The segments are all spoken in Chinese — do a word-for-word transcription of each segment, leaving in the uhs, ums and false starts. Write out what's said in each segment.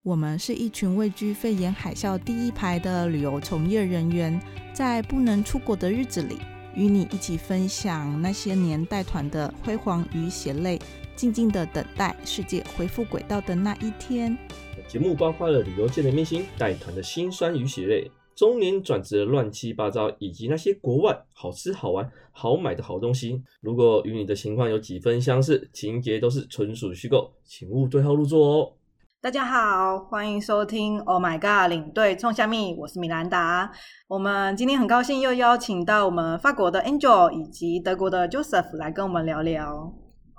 我们是一群位居肺炎海啸第一排的旅游从业人员，在不能出国的日子里，与你一起分享那些年带团的辉煌与血泪，静静的等待世界恢复轨道的那一天。 节目包括了旅游界的明星、带团的辛酸与血泪、中年转职的乱七八糟，以及那些国外好吃好玩好买的好东西。如果与你的情况有几分相似，情节都是纯属虚构，请勿对号入座哦。 大家好，欢迎收听 Oh My God 领队冲虾米，我是米兰达。我们今天很高兴又邀请到我们法国的 Angel 以及德国的 Joseph 来跟我们聊聊。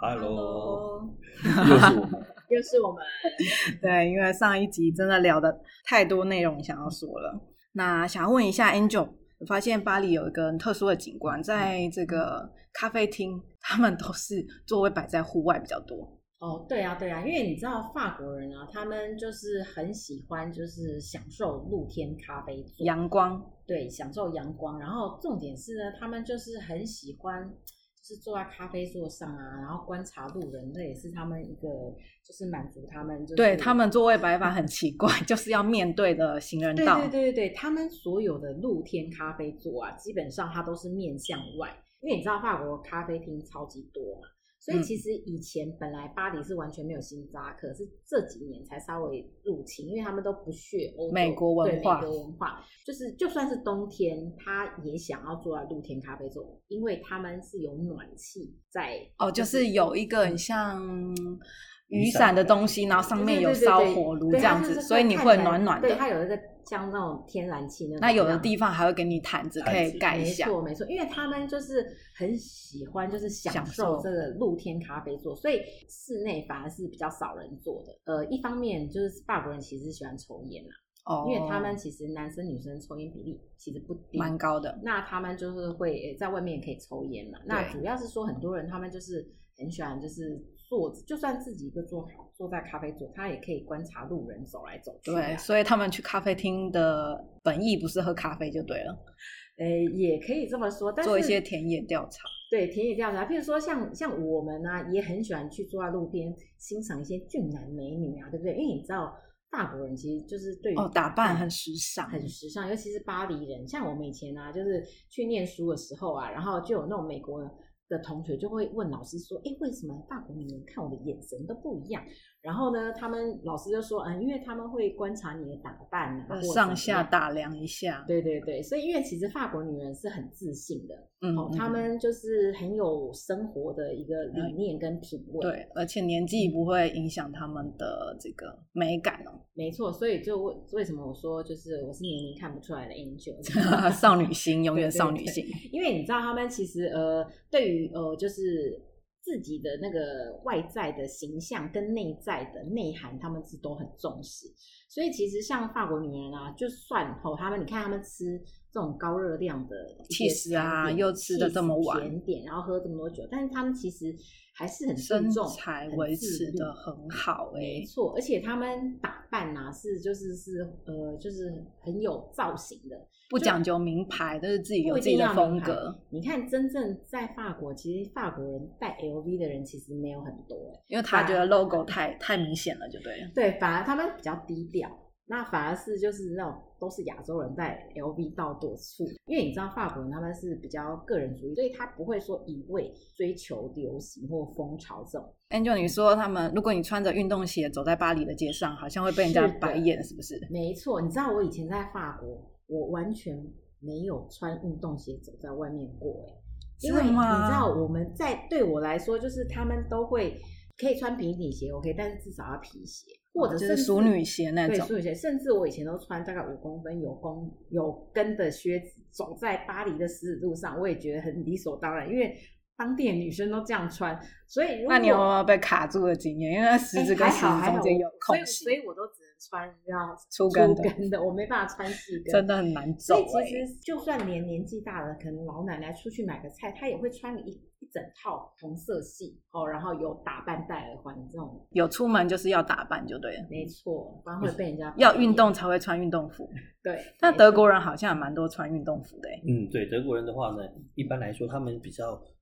Hello， 又是我们， 又是我们。 对，因为上一集真的聊的太多内容想要说了。那想要问一下 Angel， 我发现巴黎有一个很特殊的景观，在这个咖啡厅，他们都是座位摆在户外比较多。 哦，对啊，对啊，因为你知道法国人啊，他们就是很喜欢就是享受露天咖啡座， 阳光，对， 享受阳光。然后重点是呢，他们就是很喜欢，就是坐在咖啡座上啊，然后观察路人，这也是他们一个就是满足他们、就是， 对，他们座位摆法很奇怪，就是要面对的行人道。 对对对对对，他们所有的露天咖啡座啊，基本上它都是面向外，因为你知道法国咖啡厅超级多嘛。所以其实以前本来巴黎是完全没有星巴克，是这几年才稍微入侵，因为他们都不屑欧洲美国文化， 对美国文化，就是就算是冬天，他也想要坐在露天咖啡座，因为他们是有暖气在。 哦，就是有一个很像雨伞的东西，然后上面有烧火炉这样子，对对对对，所以你会暖暖的。 对，它有一个像那种天然气那种。 那有的地方还会给你毯子可以盖一下。 没错没错，因为他们就是很喜欢就是享受这个露天咖啡座，所以室内反而是比较少人坐的。呃，一方面就是法国人其实喜欢抽烟啦。哦，因为他们其实男生女生抽烟比例其实不低， 蛮高的。 那他们就是会在外面也可以抽烟嘛。那主要是说很多人他们就是很喜欢就是坐，就算自己一个坐好坐在咖啡座，他也可以观察路人走来走去、啊。 对，所以他们去咖啡厅的本意不是喝咖啡就对了。 诶，也可以这么说，但是做一些田野调查。 对，田野调查，譬如说像像我们啊，也很喜欢去坐在路边欣赏一些俊男美女啊，对不对？因为你知道法国人其实就是对于哦打扮很时尚， 很时尚，尤其是巴黎人。像我们以前啊，就是去念书的时候啊，然后就有那种美国的同学就会问老师说：“哎，为什么法国女人看我的眼神都不一样？”然后呢，他们老师就说：“嗯，因为他们会观察你的打扮啊， 上下打量一下。” 对对对，所以因为其实法国女人是很自信的，嗯，哦，他们就是很有生活的一个理念跟品味， 对，而且年纪不会影响他们的这个美感哦。 没错，所以就为什么我说就是我是年龄看不出来的 Angel， 少女心，永远少女心。 对对对，因为你知道他们其实呃，对于呃就是自己的那个外在的形象跟内在的内涵，他们是都很重视。所以其实像法国女人啊，就算吼、哦、他们，你看他们吃这种高热量的起司啊，又吃的这么晚， 甜点，然后喝这么多酒，但是他们其实还是很注重身材维持的很好、欸、 没错，而且他们打扮啊是就是是呃就是很有造型的， 不讲究名牌，但是自己有自己的风格。 你看真正在法国，其实法国人戴 L V 的人其实没有很多、欸、 因为他觉得 logo 太太明显了就对了。 对，反而他们比较低调，那反而是就是那种都是亚洲人戴 L V 到多处，因为你知道法国人他们是比较个人主义，所以他不会说一味追求流行或风潮这种。 Angel， 你说他们如果你穿着运动鞋走在巴黎的街上，好像会被人家白眼，是不是？ 没错，你知道我以前在法国，我完全没有穿运动鞋走在外面过，因为你知道我们在对我来说，就是他们都会可以穿平底鞋 OK， 但是至少要皮鞋。或者是淑女鞋那种， 对，淑女鞋，甚至我以前都穿大概五公分有公有跟的靴子，走在巴黎的石子路上，我也觉得很理所当然，因为当地的女生都这样穿，所以如果那你有没有被卡住的经验？因为石子跟石子中间有空隙， 所以我都只能穿要粗跟的， 跟的我没办法穿细跟， 真的很难走、欸。 所以其实就算连年纪大了，可能老奶奶出去买个菜，她也会穿一一整套同色系哦，然后有打扮戴耳环这种， 有出门就是要打扮就对了。 没错，不然会被人家要运动才会穿运动服。 对， 但德国人好像也蛮多穿运动服的、欸。 嗯，对，德国人的话呢，一般来说他们比较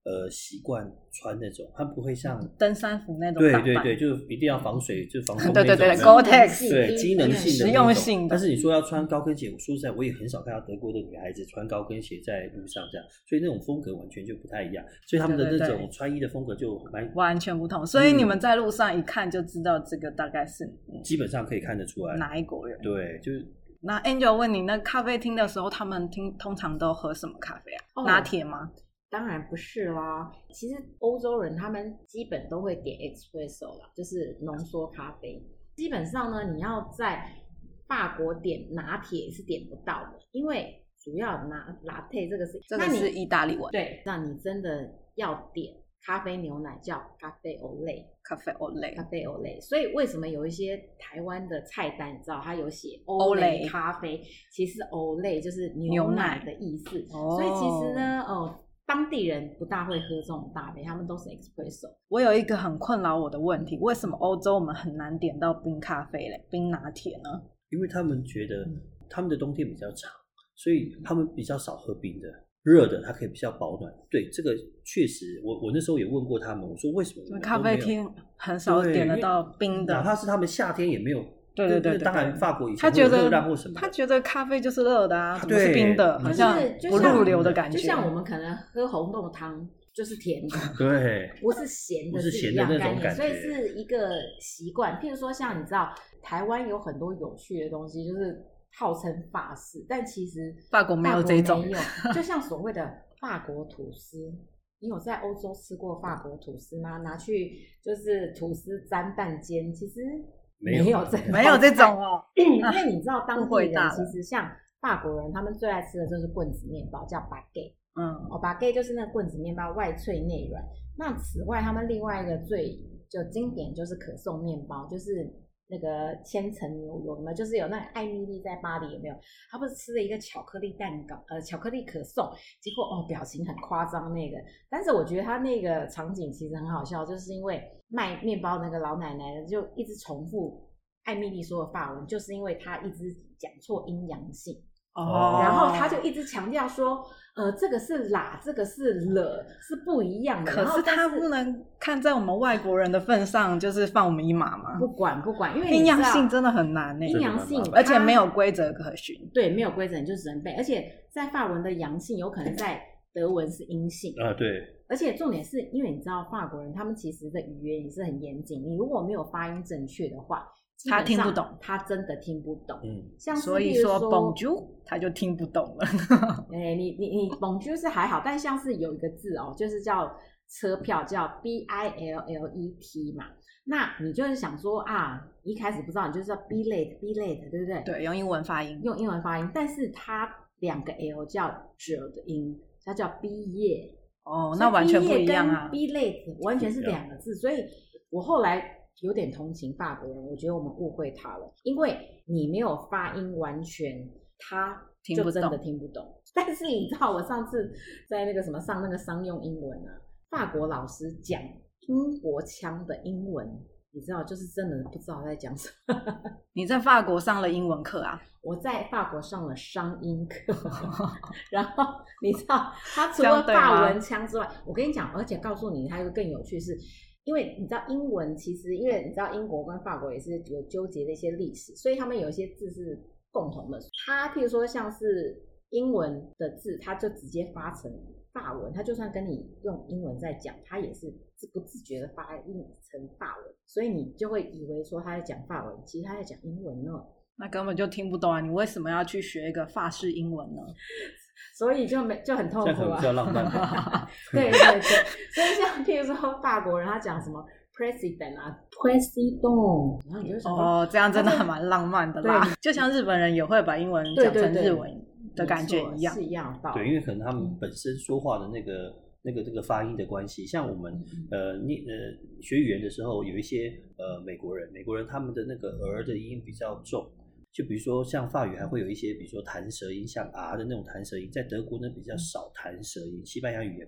呃习惯穿那种，他们不会像登山服那种对打扮， 对对，就一定要防水，就防风对对对那种 ，Gore-Tex 对机能性的实那种用性的。 但是你说要穿高跟鞋，我说实在我也很少看到德国的女孩子穿高跟鞋在路上这样，所以那种风格完全就不太一样，所以他们的那对对对种穿衣的风格就蛮完全不同，所以你们在路上一看就知道这个大概是基本上可以看得出来哪一国人。 对，就是那 Angel 问你，那咖啡厅的时候，他们听通常都喝什么咖啡啊？ 哦拿铁吗？ 当然不是啦，其实欧洲人他们基本都会点 espresso 啦，就是浓缩咖啡。基本上呢，你要在法国点拿铁是点不到的，因为主要拿 latte 这个是这个是意大利文。 对，那你真的要点咖啡牛奶叫咖啡 olé， 咖啡 olé， 咖啡 olé。所以为什么有一些台湾的菜单，你知道它有写 olé olé 咖啡，其实 olé 就是牛奶牛奶的意思。 哦所以其实呢，哦。当地人不大会喝这种大杯，他们都是 espresso。 我有一个很困扰我的问题，为什么欧洲我们很难点到冰咖啡嘞、冰拿铁呢？ 因为他们觉得他们的冬天比较长，所以他们比较少喝冰的，热的它可以比较保暖。对，这个确实，我我那时候也问过他们，我说为什么你们咖啡厅很少点得到冰的， 哪怕是他们夏天也没有。 对对 对, 对, 对， 当然法国以前他觉得热浪或什么， 他觉得咖啡就是热的啊，怎么是冰的，好像不入流的感觉。 就像我们可能喝红豆汤就是甜的， 对， 不是咸的， 不是咸的那种感觉， 所以是一个习惯。譬如说，像你知道，台湾有很多有趣的东西，就是号称法式，但其实法国没有这种， 没有。就像所谓的法国吐司。你有在欧洲吃过法国吐司吗？拿去就是吐司沾蛋煎，其实没有这没有这种哦， 因为你知道当地人其实像法国人，他们最爱吃的就是棍子面包，叫 baguette。嗯，哦 baguette 就是那个棍子面包，外脆内软。那此外，他们另外一个最就经典就是可颂面包，就是那个千层牛油，有没有？就是有那个艾米丽在巴黎有没有？他不是吃了一个巧克力蛋糕，呃，巧克力可颂，结果哦，表情很夸张那个。但是我觉得他那个场景其实很好笑，就是因为卖面包那个老奶奶就一直重复艾米丽说的法文，就是因为她一直讲错阴阳性。哦，然后他就一直强调说，呃，这个是啦，这个是了，是不一样的。 可是他不能看在我们外国人的份上，就是放我们一马吗？ 不管不管，因为阴阳性真的很难呢， 阴阳性， 而且没有规则可循。 对，没有规则你就只能背，而且在法文的阳性有可能在德文是阴性啊，对。 而且重点是因为你知道法国人他们其实的语言也是很严谨，你如果没有发音正确的话。 他听不懂， 他真的听不懂。 嗯， 像是所以说 Bonjour 他就听不懂了。 哎、欸，你你你 Bonjour 是还好，但像是有一个字哦，就是叫车票，叫 B I L L E T 嘛。那你就是想说啊，一开始不知道，你就是要 billet billet， 对不对？ 对，用英文发音， 用英文发音，但是它两个 L 叫 J 的音，它叫 billet。 哦，那完全不一样啊 billet 完全是两个字，所以我后来。有点同情法国人，我觉得我们误会他了，因为你没有发音完全，他就真的听不懂。但是你知道，我上次在那个什么上那个商用英文啊，法国老师讲英国腔的英文，你知道，就是真的不知道在讲什么。 你在法国上了英文课啊？ 我在法国上了商英课，然后你知道，他除了法文腔之外，我跟你讲，而且告诉你，还有一个更有趣是。因为你知道英文其实，因为你知道英国跟法国也是有纠结的一些历史，所以他们有一些字是共同的。它譬如说像是英文的字，它就直接发成法文，它就算跟你用英文在讲，它也是不自觉的发音成法文，所以你就会以为说他在讲法文，其实他在讲英文呢。 那根本就听不懂啊！你为什么要去学一个法式英文呢？ 所以就没就很痛苦啊， 比较浪漫对对对，所以像譬如说法国人他讲什么 president 啊 president， 然后你就想哦，这样真的还蛮浪漫的啦。就像日本人也会把英文讲成日文的感觉一样， 是一样的。 对，因为可能他们本身说话的那个、嗯、那个这个发音的关系，像我们、嗯、呃念呃学语言的时候，有一些呃美国人，美国人他们的那个儿的音比较重。就比如说像法语还会有一些比如说弹舌音，像 R 的那种弹舌音，在德国呢比较少弹舌音，西班牙语也会有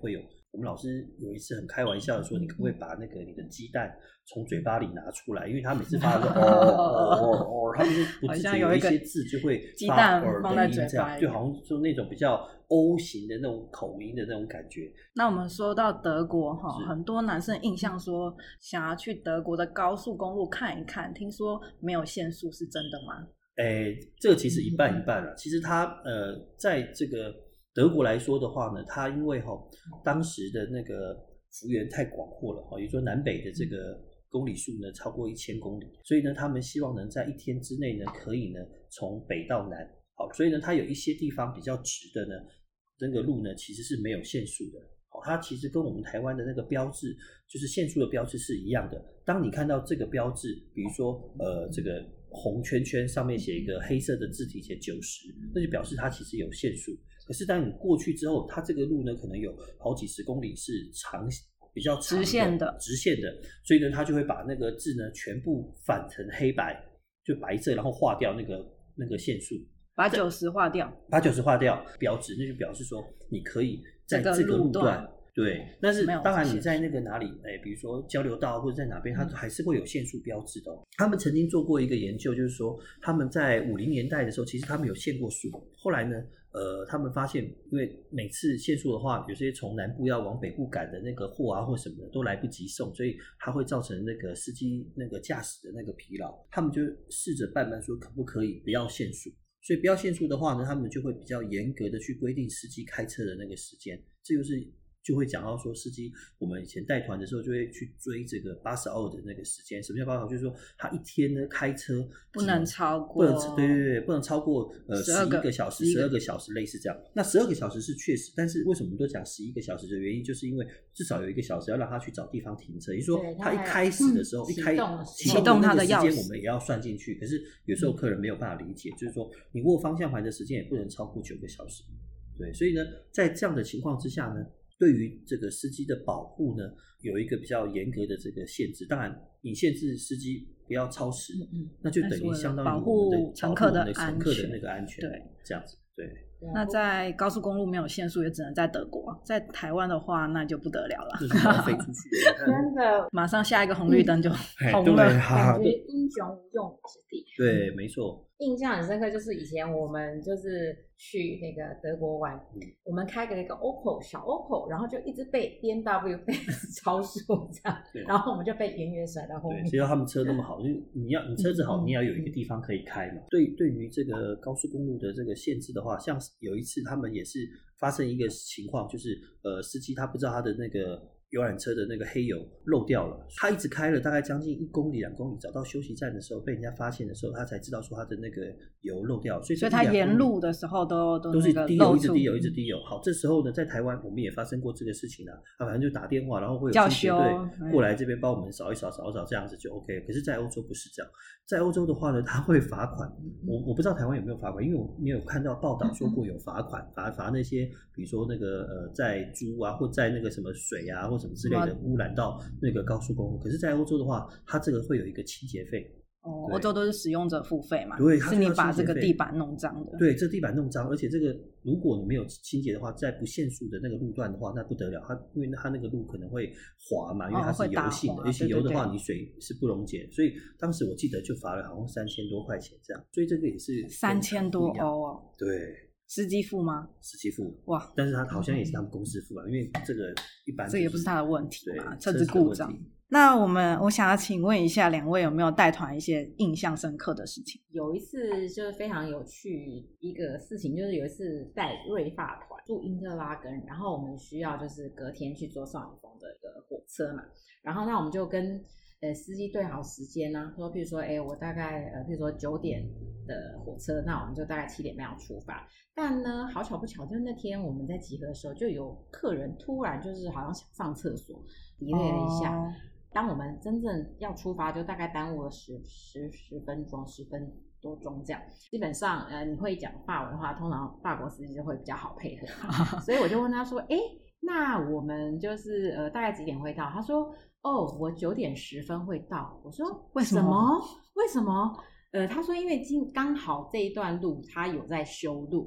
我们老师有一次很开玩笑的说，你可不可以把那个你的鸡蛋从嘴巴里拿出来？因为他每次发的时候，哦哦哦哦，他们就不自觉有一些字就会鸡蛋发放在嘴这样，就好像说那种比较 O 型的那种口音的那种感觉。 那我们说到德国哈，很多男生印象说想要去德国的高速公路看一看，听说没有限速，是真的吗？ 哎，这个其实一半一半了。其实他呃，在这个德国来说的话呢，它因为哈、哦、当时的那个幅员太广阔了哈，也就是说南北的这个公里数呢超过一千公里，所以呢他们希望能在一天之内呢可以呢从北到南，好，所以呢它有一些地方比较直的呢，那个路呢其实是没有限速的。好，它其实跟我们台湾的那个标志，就是限速的标志是一样的。当你看到这个标志，比如说呃这个红圈圈上面写一个黑色的字体写九十，那就表示它其实有限速。可是当你过去之后，它这个路呢可能有好几十公里是长比较长的直线的直线的，所以呢它就会把那个字呢全部反成黑白，就白色，然后划掉那个那个限速， 把九十划掉， 把九十划掉标志，那就表示说你可以在这个路段。对，但是当然你在那个哪里，哎，比如说交流道或者在哪边，它还是会有限速标志的、哦。他们曾经做过一个研究，就是说他们在五零年代的时候，其实他们有限过速。后来呢，呃，他们发现，因为每次限速的话，有些从南部要往北部赶的那个货啊或什么的都来不及送，所以它会造成那个司机那个驾驶的那个疲劳。他们就试着办办说，可不可以不要限速？所以不要限速的话呢，他们就会比较严格的去规定司机开车的那个时间，这就是。就会讲到说，司机我们以前带团的时候就会去追这个八十二的那个时间。什么叫八十二？就是说他一天呢开车不能超过， 不能对对对，不能超过呃十一个小时、十二个小时，类似这样。那十二个小时是确实，但是为什么我们都讲十一个小时的原因，就是因为至少有一个小时要让他去找地方停车。也就是说，他一开始的时候， 嗯、 一开启动他的时间，我们也要算进去。可是有时候客人没有办法理解，就是说你握方向盘的时间也不能超过九个小时。对，所以呢，在这样的情况之下呢。对于这个司机的保护呢，有一个比较严格的这个限制。当然，你限制司机不要超时，嗯、那就等于相当于保护乘客的乘客的那个安全。 对， 这样子。对。 那在高速公路没有限速，也只能在德国。在台湾的话，那就不得了了， 就是要飞出去的。 真的， 马上下一个红绿灯就红了， 感觉英雄无用武之地。 对，没错。 印象很深刻，就是以前我们就是去那个德国玩，嗯、我们开个一个 Opel 小 Opel， 然后就一直被 B M W 被超速这样，然后我们就被远远甩到后面。 对，只要他们车那么好，就你要你车子好，嗯、你要有一个地方可以开嘛。嗯、对，对于这个高速公路的这个限制的话，像有一次他们也是发生一个情况，就是呃，司机他不知道他的那个游览车的那个黑油漏掉了，他一直开了大概将近一公里两公里，找到休息站的时候被人家发现的时候，他才知道说他的那个油漏掉了，所以所以他沿路的时候都都都是滴油，一直滴油，一直滴油。好，这时候呢，在台湾我们也发生过这个事情啊，他反正就打电话，然后会有清洁队过来这边帮我们扫一扫、扫一扫，这样子就 OK。可是，在欧洲不是这样，在欧洲的话呢，他会罚款。我我不知道台湾有没有罚款，因为我没有看到报道说过有罚款，罚罚那些比如说那个呃在猪啊，或在那个什么水啊，或什么之类的污染到那个高速公路。可是，在欧洲的话，它这个会有一个清洁费。 哦，欧洲都是使用者付费嘛， 对， 是你把这个地板弄脏的。 对，这地板弄脏，而且这个如果你没有清洁的话，在不限速的那个路段的话，那不得了，它因为它那个路可能会滑嘛，因为它是油性的，而且油的话你水是不溶解，所以当时我记得就罚了好像三千多块钱这样，所以这个也是三千多欧哦。 对， 司机付吗？ 司机付， 哇！ 但是他好像也是他们公司付吧，因为这个一般、就是、 这也不是他的问题嘛， 车子故障。那我们我想要请问一下两位有没有带团一些印象深刻的事情？ 有一次就是非常有趣一个事情，就是有一次带瑞法团住因特拉根，然后我们需要就是隔天去坐少女峰的一个火车嘛，然后那我们就跟呃司机对好时间啊，说譬如说哎我大概呃譬如说九点的火车，那我们就大概七点半要出发。但呢好巧不巧，就那天我们在集合的时候，就有客人突然就是好像想上厕所delay了一下。哦，当我们真正要出发，就大概耽误了十十十分钟，十分多钟这样。基本上，呃，你会讲法文的话，通常法国司机就会比较好配合。所以我就问他说：“哎，那我们就是呃大概几点会到？”他说：“哦，我九点十分会到。”我说：“为什么？为什么？”呃，他说：“因为今刚好这一段路他有在修路。”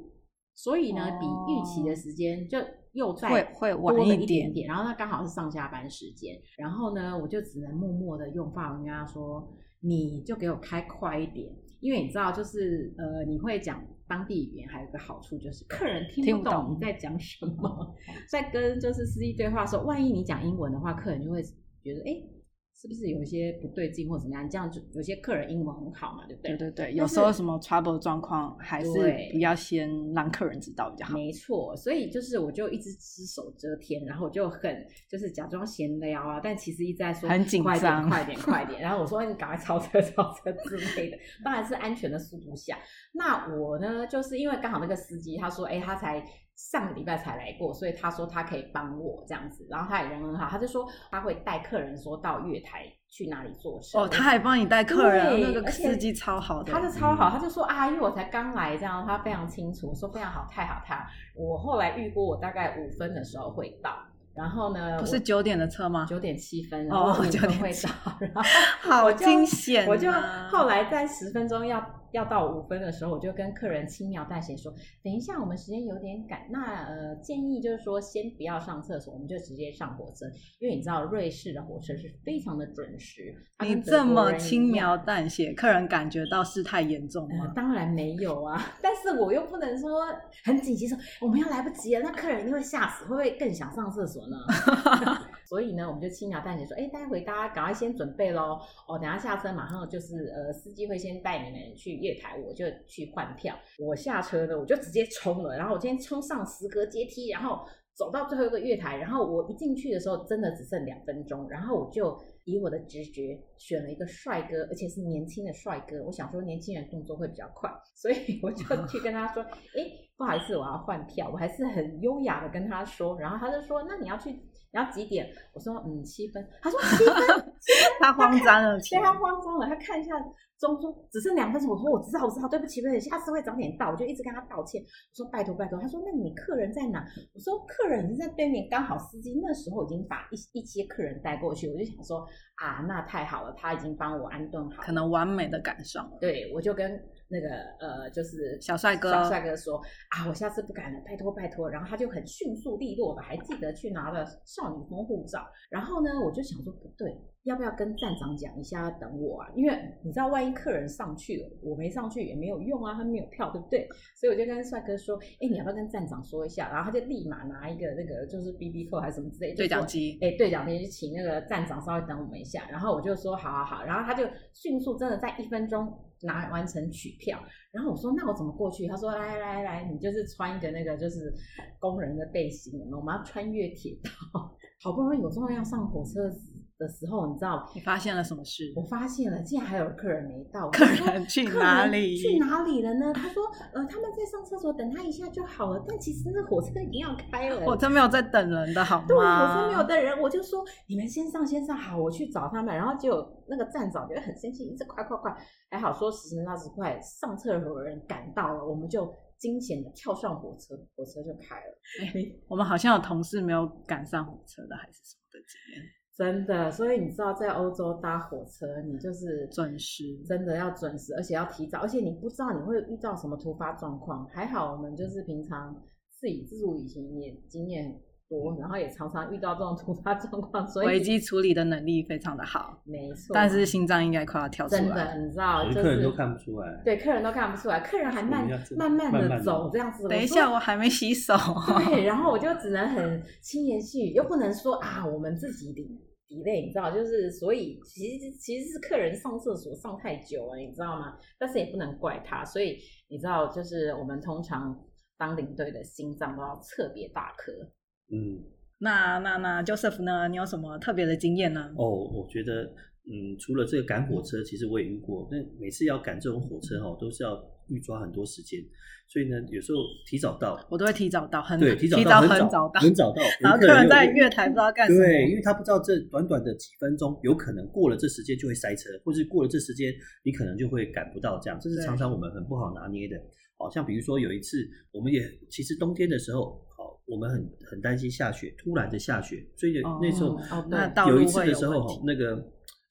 所以呢，比预期的时间就又再会会晚多了一点一点点，然后那刚好是上下班时间，然后呢，我就只能默默的用法文跟他说，你就给我开快一点，因为你知道，就是呃，你会讲当地语言，还有一个好处就是客人听不懂你在讲什么，在跟就是司机对话的时候，万一你讲英文的话，客人就会觉得哎。诶是不是有一些不对劲或怎么样？这样就有些客人英文很好嘛，对不对？ 对对对，有时候什么 trouble 状况，还是不要先让客人知道比较好。 没错，所以就是我就一直只手遮天，然后我就很就是假装闲聊啊，但其实一直在说很紧张， 快点快点快点。然后我说你赶快超车超车之类的，当然是安全的速度下。那我呢，就是因为刚好那个司机他说，哎，他才。上个礼拜才来过，所以他说他可以帮我这样子，然后他也人很好，他就说他会带客人说到月台去哪里坐车。 哦，他还帮你带客人，那个司机超好的， 他就超好，他就说啊，因为我才刚来这样，他非常清楚，我说非常好，太好太好。我后来预估我大概五分的时候会到。然后呢？ 不是九点的车吗？ 九点七分，然后九点会到，然后好惊险、啊！ 我就后来在十分钟要要到五分的时候，我就跟客人轻描淡写说：“等一下，我们时间有点赶，那呃建议就是说先不要上厕所，我们就直接上火车，因为你知道瑞士的火车是非常的准时。” 你这么轻描淡写，客人感觉到事态严重吗、 呃？当然没有啊，但是我又不能说很紧急说我们要来不及了，那客人一定会吓死，会不会更想上厕所？所以呢，我们就轻描淡写说，哎，待会大家赶快先准备咯。哦，等一下下车马上就是呃，司机会先带你们去月台，我就去换票。我下车呢，我就直接冲了，然后我今天冲上十格阶梯，然后走到最后一个月台，然后我一进去的时候真的只剩两分钟，然后我就以我的直觉选了一个帅哥，而且是年轻的帅哥。我想说年轻人动作会比较快，所以我就去跟他说，哎，不好意思，我要换票。我还是很优雅的跟他说，然后他就说，那你要去你要几点？我说嗯七分。他说七分， 他慌张了， 对，他慌张了，他看一下钟说只剩两分钟。我说我知道我知道，对不起对不起，下次会早点到。我就一直跟他道歉，我说拜托拜托。他说那你客人在哪？我说客人是在对面，刚好司机那时候已经把一一些客人带过去。我就想说啊，那太好了，他已经帮我安顿好了， 可能完美的赶上了。 对，我就跟那个呃，就是小帅哥， 小帅哥说啊，我下次不敢了，拜托拜托。然后他就很迅速利落的，还记得去拿了少女风护照。然后呢，我就想说不对，要不要跟站长讲一下，等我啊？因为你知道，万一客人上去了，我没上去也没有用啊，他没有票，对不对？所以我就跟帅哥说，哎，你要不要跟站长说一下？然后他就立马拿一个那个就是 B B 扣还是什么之类的对讲机， 哎，对讲机就请那个站长稍微等我们一下。然后我就说好好好，然后他就迅速真的在一分钟拿完成取票。然后我说那我怎么过去？他说来来来，你就是穿一个那个就是工人的背心，我们要穿越铁道。好不容易我终于要上火车的时候，你知道你发现了什么事？ 我发现了，竟然还有客人没到。 客人去哪里？ 去哪里了呢？他说，呃，他们在上厕所，等他一下就好了。但其实那火车已经要开了， 火车没有在等人的好吗？ 对，火车没有等人，我就说你们先上，先上，好，我去找他们。然后结果那个站长觉得很生气，一直快快快，还好说时迟那时快，上厕所的人赶到了，我们就惊险的跳上火车，火车就开了。 欸、我们好像有同事没有赶上火车的，还是什么的经验。 真的，所以你知道在欧洲搭火车，你就是准时， 真的要准时，而且要提早，而且你不知道你会遇到什么突发状况。还好我们就是平常自己自主旅行也经验多，然后也常常遇到这种突发状况，所以危机处理的能力非常的好。 没错， 但是心脏应该快要跳出来。 真的，你知道，就是客人都看不出来。 对，客人都看不出来，客人还慢慢慢的走这样子。 等一下，我还没洗手。 对，然后我就只能很轻言细语，又不能说啊，我们自己的。delay， 你知道，就是所以其实其实是客人上厕所上太久了，你知道吗？但是也不能怪他，所以你知道，就是我们通常当领队的心脏都要特别大颗。 嗯， 那那那 Joseph 呢？你有什么特别的经验呢？ 哦，我觉得，嗯，除了这个赶火车，其实我也遇过。那每次要赶这种火车哦，都是要预抓很多时间，所以呢，有时候提早到， 我都会提早到，很对，提早提到很早到， 很早到。 然后客人在月台不知道干什么， 对，因为他不知道这短短的几分钟，有可能过了这时间就会塞车，或是过了这时间你可能就会赶不到，这样，这是常常我们很不好拿捏的。好像比如说有一次，我们也其实冬天的时候，好，我们很很担心下雪，突然的下雪，所以那时候、 哦哦、那道路有一次的时候，那个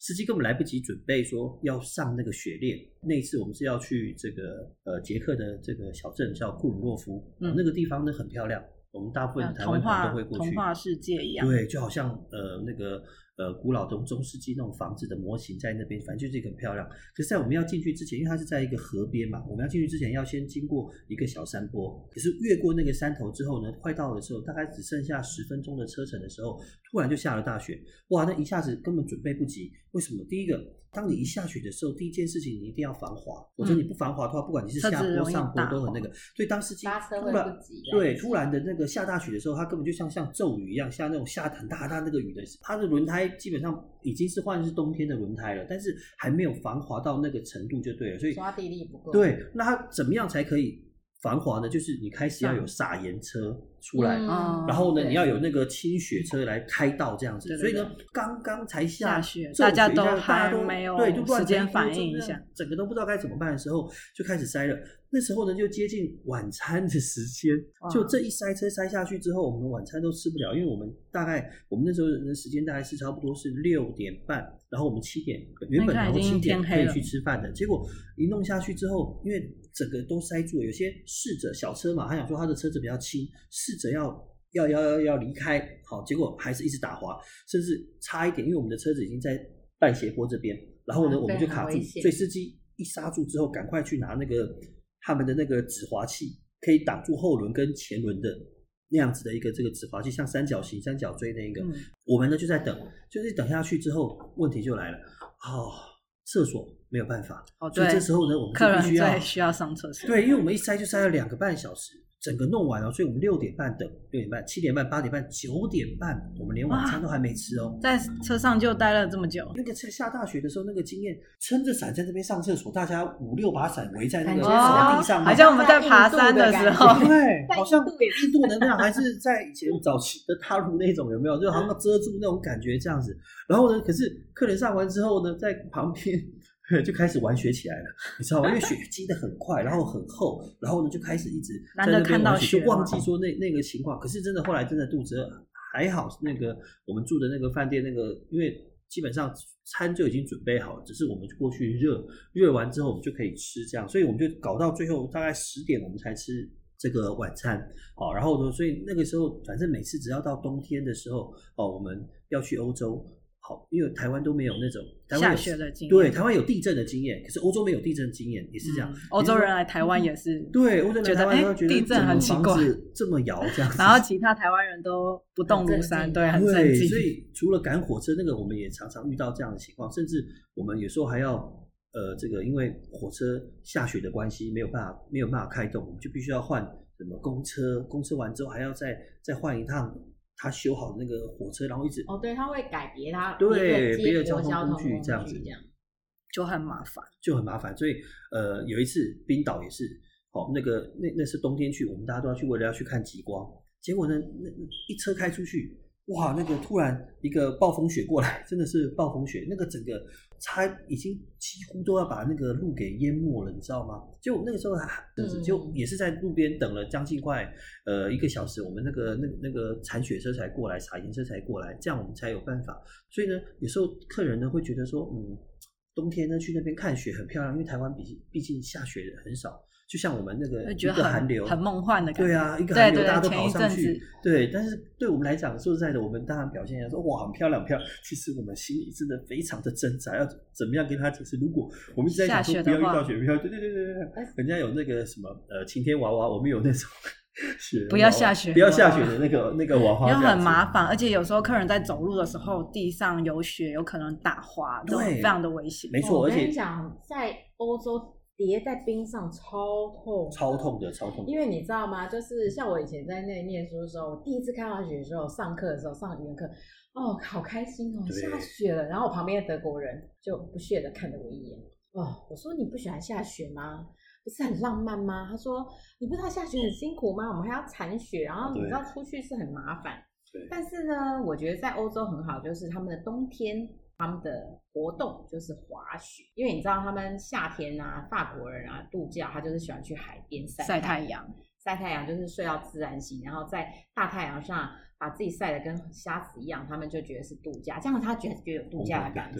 司机根本来不及准备说要上那个雪链。那一次我们是要去这个呃捷克的这个小镇叫库鲁诺夫，嗯、那个地方呢很漂亮，我们大部分台湾人都会过去， 童话世界一样， 对，就好像呃那个呃古老的中世纪那种房子的模型在那边，反正就是一个很漂亮。可是在我们要进去之前，因为它是在一个河边嘛，我们要进去之前要先经过一个小山坡，可是越过那个山头之后呢，快到的时候大概只剩下十分钟的车程的时候，突然就下了大雪，哇，那一下子根本准备不及。为什么？第一个，当你一下雪的时候，第一件事情你一定要防滑，否则你不防滑的话，不管你是下坡上坡都很那个。所以当司机突然对突然的那个下大雪的时候，它根本就像像骤雨一样，下那种下很大很大那个雨的，它的轮胎基本上已经是换的是冬天的轮胎了，但是还没有防滑到那个程度就对了，所以抓地力不够。 对，那它怎么样才可以防滑呢？就是你开始要有撒盐车出来，嗯、然后呢，你要有那个清雪车来开道这样子。对对对，所以呢，刚刚才下雪，大家都还没有对， 时间反应一下， 整个都不知道该怎么办的时候，就开始塞了。那时候呢，就接近晚餐的时间，就这一塞车塞下去之后，我们晚餐都吃不了，因为我们大概我们那时候的时间大概是差不多是六点半，然后我们七点原本然后七点可以去吃饭的，结果一弄下去之后，因为整个都塞住了，有些试着小车嘛，他想说他的车子比较轻，试着要要要要要离开，好，结果还是一直打滑，甚至差一点，因为我们的车子已经在半斜坡这边，然后呢、嗯、我们就卡住，所以司机一刹住之后，赶快去拿那个他们的那个止滑器，可以挡住后轮跟前轮的那样子的一个这个止滑器，像三角形三角锥那一个、嗯、我们呢就在等，就是等下去之后问题就来了，哦，厕所没有办法、哦、所以这时候呢我们就必须要客人最需要上厕所， 对，因为我们一塞就塞了两个半小时，整个弄完了，所以我们六点半等，六点半、七点半、八点半、九点半，我们连晚餐都还没吃哦， 在车上就待了这么久。 那个在下大雪的时候，那个经验，撑着伞在这边上厕所，大家五六把伞围在那个地上、哦， 好像我们在爬山的时候， 对，好像印度的那样，还是在以前早期的大陆那种，有没有？就好像遮住那种感觉这样子。然后呢，可是客人上完之后呢，在旁边。就开始玩雪起来了，你知道吗？因为雪积得很快，然后很厚，然后呢就开始一直在那边玩雪，就忘记说那那个情况。可是真的后来真的肚子还好，那个我们住的那个饭店那个，因为基本上餐就已经准备好了，只是我们过去热，热完之后我们就可以吃这样，所以我们就搞到最后大概十点我们才吃这个晚餐，哦，然后呢，所以那个时候反正每次只要到冬天的时候，哦，我们要去欧洲。好，因为台湾都没有那种台湾有下雪的经验， 对，台湾有地震的经验，可是欧洲没有地震经验，也是这样。 欧、嗯、洲人来台湾也是， 对，欧洲人来台湾觉得地震很奇怪， 这么摇这样子。 然后其他台湾人都不动如山，对，很震惊。 所以除了赶火车那个，我们也常常遇到这样的情况，甚至我们有时候还要呃，这个因为火车下雪的关系，没有办法没有办法开动，我们就必须要换什么公车，公车完之后还要再再换一趟。他修好的那个火车，然后一直哦，对，他会改别他对别的交通工具这样子， 这样就很麻烦， 就很麻烦。所以呃，有一次冰岛也是，哦，那个那那是冬天去，我们大家都要去，为了要去看极光。结果呢，那一车开出去，哇，那个突然一个暴风雪过来，真的是暴风雪，那个整个它已经几乎都要把那个路给淹没了，你知道吗？就那个时候还就也是在路边等了将近快呃一个小时，我们那个那那个铲雪车才过来，撒盐车才过来，这样我们才有办法。所以呢，有时候客人呢会觉得说，嗯，冬天呢去那边看雪很漂亮，因为台湾毕毕竟下雪很少。就像我们那个一个寒流， 很梦幻的感觉。 对啊，一个寒流大家都跑上去。对，但是对我们来讲，说实在的，我们当然表现一下说哇很漂亮很漂亮。其实我们心里真的非常的挣扎，要怎么样跟他解释？如果我们一直在想说不要遇到雪，不要对对对对对，人家有那个什么呃晴天娃娃，我们有那种雪， 不要下雪， 不要下雪的那个那个娃娃， 因为很麻烦，而且有时候客人在走路的时候，地上有雪，有可能打滑，都非常的危险。 没错，而且我跟你讲，在欧洲。叠在冰上超痛， 超痛的，超痛的。 因为你知道吗？就是像我以前在那里念书的时候，我第一次看到雪的时候，上课的时候上语文课，哦，好开心哦，下雪了。然后我旁边的德国人就不屑的看了我一眼，哦，我说你不喜欢下雪吗？不是很浪漫吗？他说你不知道下雪很辛苦吗？我们还要铲雪，然后你知道出去是很麻烦。但是呢，我觉得在欧洲很好，就是他们的冬天。他们的活动就是滑雪，因为你知道他们夏天啊，法国人啊度假，他就是喜欢去海边晒晒太阳， 晒太阳就是睡到自然醒，然后在大太阳上把自己晒得跟瞎子一样，他们就觉得是度假，这样他觉得觉得有度假的感觉。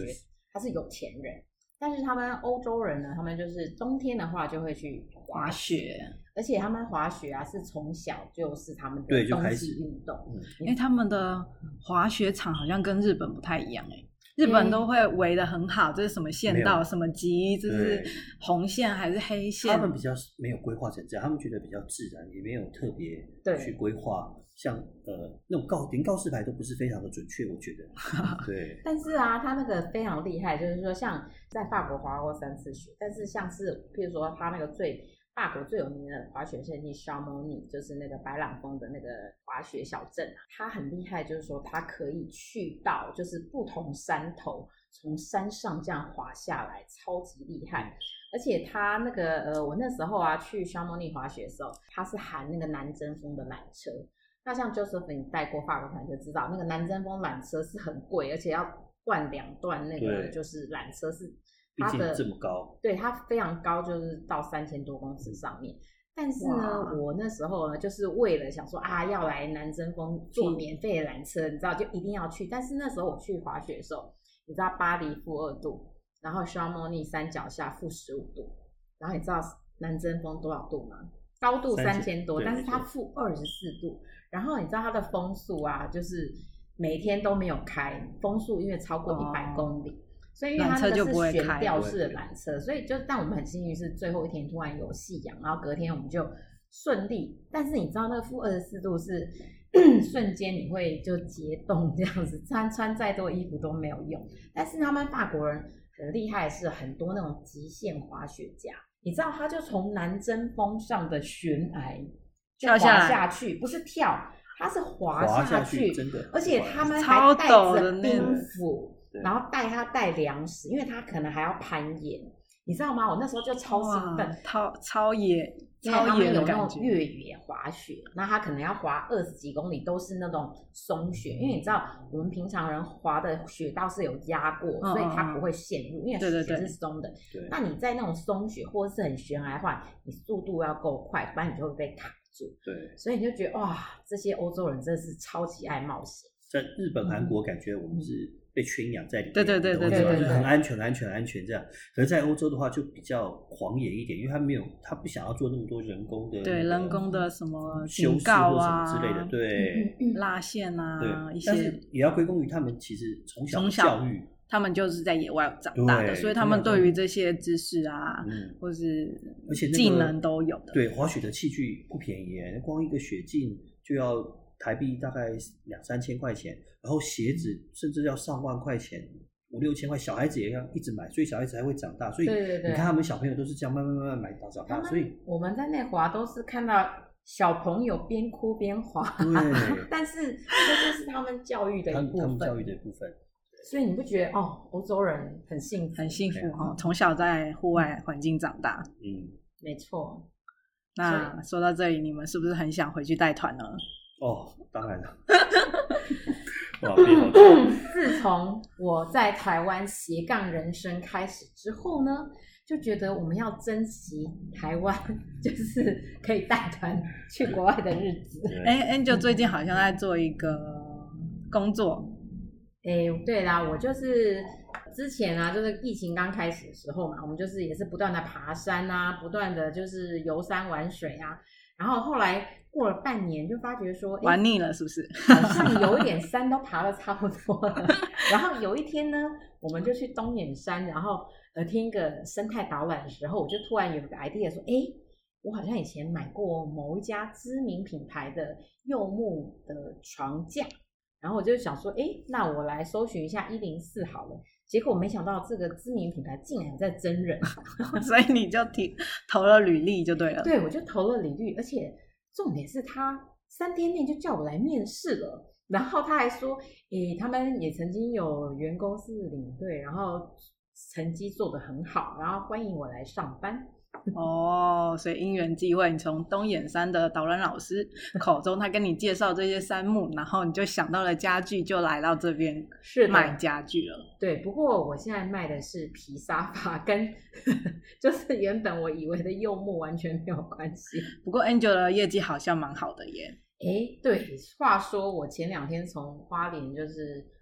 他是有钱人。但是他们欧洲人呢，他们就是冬天的话就会去滑雪，而且他们滑雪啊是从小就是他们的冬季运动。 因为他们的滑雪场好像跟日本不太一样哎、欸。日本都会围得很好，这是什么线道什么级，这是红线还是黑线， 他们比较没有规划成这样，他们觉得比较自然，也没有特别去规划，像呃那种告连告示牌都不是非常的准确，我觉得对。 但是啊他那个非常厉害，就是说像在法国滑过三次雪，但是像是譬如说他那个最法国最有名的滑雪胜地 Chamonix， 就是那个白朗峰的那个滑雪小镇啊，它很厉害，就是说它可以去到就是不同山头，从山上这样滑下来，超级厉害。而且它那个呃，我那时候啊去 Chamonix 滑雪的时候，它是含那个南针峰的缆车。那像 Josephine 带过法国团就知道，那个南针峰缆车是很贵，而且要换两段那个就是缆车是。 毕竟这么高， 对，它非常高，就是到三千多公尺上面。但是呢，我那时候呢，就是为了想说啊，要来南针峰坐免费的缆车，你知道，就一定要去。但是那时候我去滑雪的时候，你知道巴黎负二度，然后 Chamonix 山脚下负十五度，然后你知道南针峰多少度吗？高度三千多，但是它负二十四度。然后你知道它的风速啊，就是每天都没有开，风速因为超过一百公里。哦，所以因为它那个是悬吊式的缆车，所以就但我们很幸运是最后一天突然有夕阳，然后隔天我们就顺利。但是你知道那个负二十四度是瞬间你会就结冻这样子，穿穿再多衣服都没有用。但是他们法国人很厉害的是很多那种极限滑雪家，你知道他就从南针峰上的悬崖跳下下去，不是跳，他是滑下去， 滑下去真的， 而且他们还带着冰斧。然后带他带粮食，因为他可能还要攀岩，你知道吗？我那时候就超兴奋， 超超野， 超野的感觉。越野滑雪，那他可能要滑二十几公里，都是那种松雪，因为你知道我们平常人滑的雪道是有压过，嗯、所以它不会陷入，因为雪是松的。对对对，那你在那种松雪或是很悬崖的话，你速度要够快，不然你就会被卡住。 对， 所以你就觉得哇，这些欧洲人真的是超级爱冒险。 在日本、韩国，感觉我们是被圈养在里面， 对对对对对， 就是很安全、安全、安全这样。可是，在欧洲的话，就比较狂野一点，因为他没有，他不想要做那么多人工的， 对人工的什么警告啊之类的，对， 拉线啊， 对， 一些， 但是也要归功于他们其实从小教育。 他们就是在野外长大的，所以他们对于这些知识啊，嗯、或是而且、那个、 技能都有的。 对，滑雪的器具不便宜耶，光一个雪镜就要台币大概两三千块钱，然后鞋子甚至要上万块钱，五六千块，小孩子也要一直买，所以小孩子还会长大。所以你看他们小朋友都是这样慢慢慢慢买到长大。所以我们在那滑都是看到小朋友边哭边滑，但是这就是他们教育的一部分， 他们教育的一部分。 所以你不觉得哦，欧洲人很幸福， 很幸福哈、哦，从小在户外环境长大。 嗯，没错。 那说到这里，你们是不是很想回去带团呢？ 哦，当然了。 哇，自从我在台湾斜杠人生开始之后呢，就觉得我们要珍惜台湾，就是可以带团去国外的日子。 哎 ，Angel 最近好像在做一个工作。 哎，对啦，我就是之前啊，就是疫情刚开始的时候嘛，我们就是也是不断的爬山啊，不断的就是游山玩水啊，然后后来过了半年，就发觉说玩腻了，是不是？ 好像有一点山都爬得差不多了。然后有一天呢，我们就去东眼山，然后呃听一个生态导览的时候，我就突然有个 idea 说，哎，我好像以前买过某一家知名品牌的柚木的床架。然后我就想说，哎，那我来搜寻一下一零四好了。结果没想到这个知名品牌竟然在真人， 所以你就提投了履历就对了。 对，我就投了履历，而且重点是他三天内就叫我来面试了。然后他还说，诶，他们也曾经有员工是领队，然后成绩做得很好，然后欢迎我来上班。 哦，所以因缘际会，你从东眼山的导览老师口中，他跟你介绍这些山木，然后你就想到了家具，就来到这边卖家具了。 对，不过我现在卖的是皮沙发，跟就是原本我以为的柚木完全没有关系。 不过 Angel 的业绩好像蛮好的耶。 诶，对，话说我前两天从花莲就是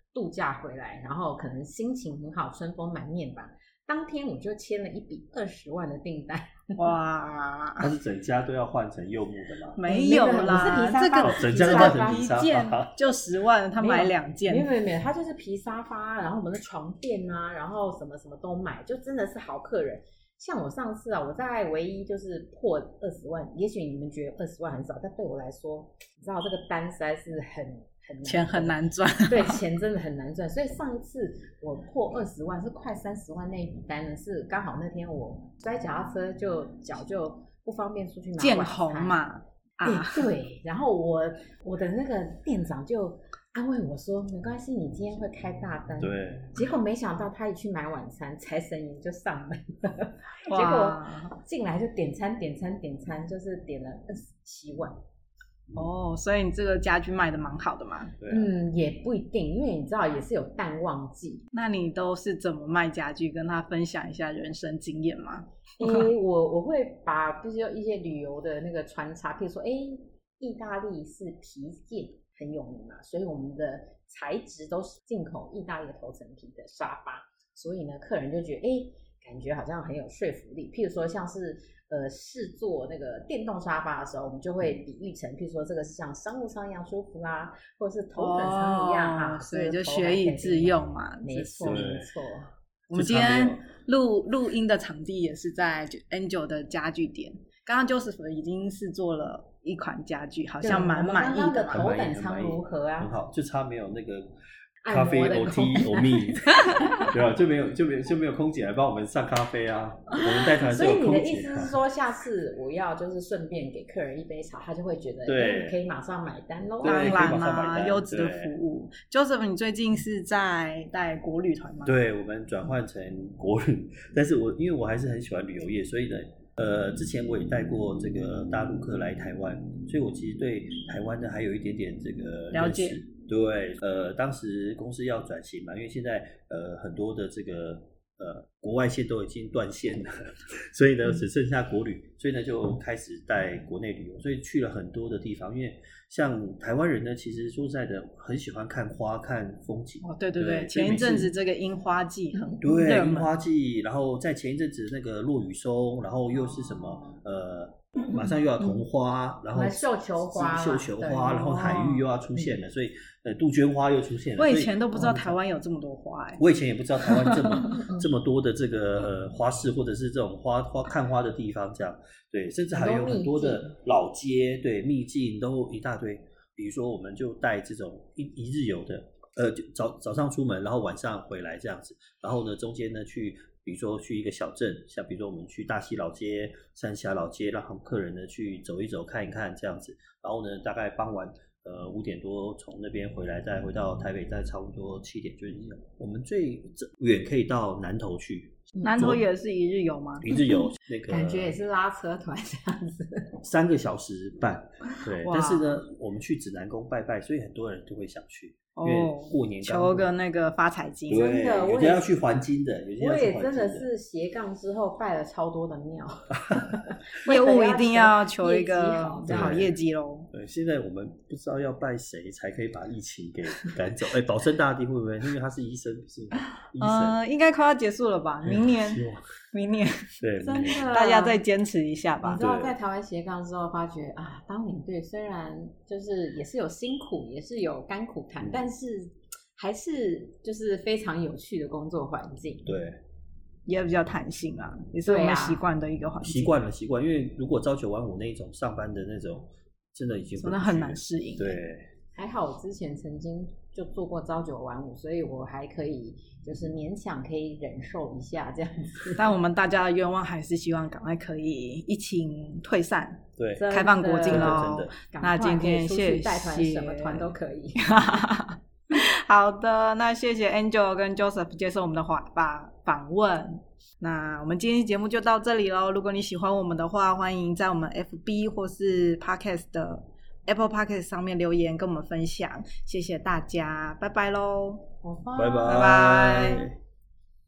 度假回来，然后可能心情很好，春风满面吧。当天我就签了一笔二十万的订单。 哇！ 它是整家都要换成柚木的吗？ 没有啦，这个整家这都换成皮个一件就十万，他买两件。 没有没有没有，他就是皮沙发，然后我们的床垫啊，然后什么什么都买，就真的是好客人。像我上次啊，我在唯一就是破二十万，也许你们觉得二十万很少，但对我来说，你知道这个单实在是很很难钱很难赚， 对，钱真的很难赚。所以上一次我破二十万是快三十万那一笔单呢，是刚好那天我摔脚踏车就脚就不方便出去买晚餐， 见红嘛啊、 欸，对，然后我我的那个店长就安慰我说没关系，你今天会开大单。 对， 结果没想到他一去买晚餐，财神爷就上门了。结果进来就点餐点餐点餐，就是点了二十七万。 哦，所以你这个家具卖的蛮好的嘛？ 对啊、 嗯，也不一定，因为你知道也是有淡旺季。 那你都是怎么卖家具？跟他分享一下人生经验吗？ 诶、欸，我我会把比如说一些旅游的那个穿插，譬如说，哎、欸，意大利是皮件很有名嘛，所以我们的材质都是进口意大利的头层皮的沙发，所以呢，客人就觉得，哎、欸，感觉好像很有说服力。譬如说，像是呃试坐那个电动沙发的时候，我们就会比喻成，譬如说这个是像商务舱一样舒服啦，或者是头等舱一样啊， 哦、所以就学以致用嘛。 没错，没错。 我们今天录录音的场地也是在 Angel 的家具店。刚刚 Joseph 已经试做了一款家具，好像蛮满意的。 头等舱如何啊？ 很好，就差没有那个咖啡 O T O M I， 对啊，就没有就没有就没有空姐来帮我们上咖啡啊。我们带团是有空姐。 所以你的意思是说，下次我要就是顺便给客人一杯茶，他就会觉得对，可以马上买单喽。 当然啦，优质的服务。Joseph， 你最近是在带国旅团吗？ 对，我们转换成国旅，但是我因为我还是很喜欢旅游业，所以呢。呃，之前我也带过这个大陆客来台湾，所以我其实对台湾的还有一点点这个了解。 对，呃，当时公司要转型嘛，因为现在呃很多的这个呃国外线都已经断线了，所以呢只剩下国旅，所以呢就开始带国内旅游，所以去了很多的地方。因为像台湾人呢，其实说实在的很喜欢看花、看风景。 哦，对对对，对前一阵子这个樱花季很对樱花季，然后在前一阵子那个落羽松，然后又是什么呃。马上又要桐花，然后绣球花， 绣球花，然后海芋又要出现了，所以呃杜鹃花又出现了。 我以前都不知道台湾有这么多花哎、欸， 我以前也不知道台湾这么这么多的这个呃花市或者是这种花花看花的地方，这样对，甚至还有很多的老街，对秘境都一大堆。比如说，我们就带这种一一日游的，呃，就早早上出门，然后晚上回来这样子，然后呢中间呢去。比如说去一个小镇，像比如说我们去大溪老街、三峡老街，让客人呢去走一走、看一看这样子。然后呢，大概傍晚呃五点多从那边回来，再回到台北，再差不多七点就是我们最远可以到南投去。 南投也是一日游吗？ 一日游，那个感觉也是拉车团这样子， 三个小时半。对，但是呢，我们去指南宫拜拜，所以很多人都会想去。因为过年刚求个那个发财金， 真的， 有些要去还金的，有些要去还金的。 我也真的是斜杠之后拜了超多的庙， 业务一定要求一个好业绩咯。 对，现在我们不知道要拜谁才可以把疫情给赶走。哎，保生大帝会不会？因为他是医生，不是医生。 呃，应该快要结束了吧？明年，明年， 对， 真的， 大家再坚持一下吧。 你知道，在台湾斜杠之后，发觉啊，当领队虽然就是也是有辛苦，也是有甘苦谈，嗯、但是还是就是非常有趣的工作环境。 对。 也比较弹性啊，也是我们习惯的一个环境。 习惯了，习惯，因为如果朝九晚五那一种上班的那种，真的已经真的很难适应。 对， 还好我之前曾经就做过朝九晚五，所以我还可以就是勉强可以忍受一下这样子。 但我们大家的愿望还是希望赶快可以疫情退散， 对， 开放国境咯。那今天谢谢带团，什么团都可以。 好的，那谢谢 Angel 跟 Joseph 接受我们的访访问。那我们今天节目就到这里咯。如果你喜欢我们的话，欢迎在我们 F B 或是 Podcast 的 Apple Podcast 上面留言跟我们分享。谢谢大家，拜拜咯。 拜拜。 拜拜。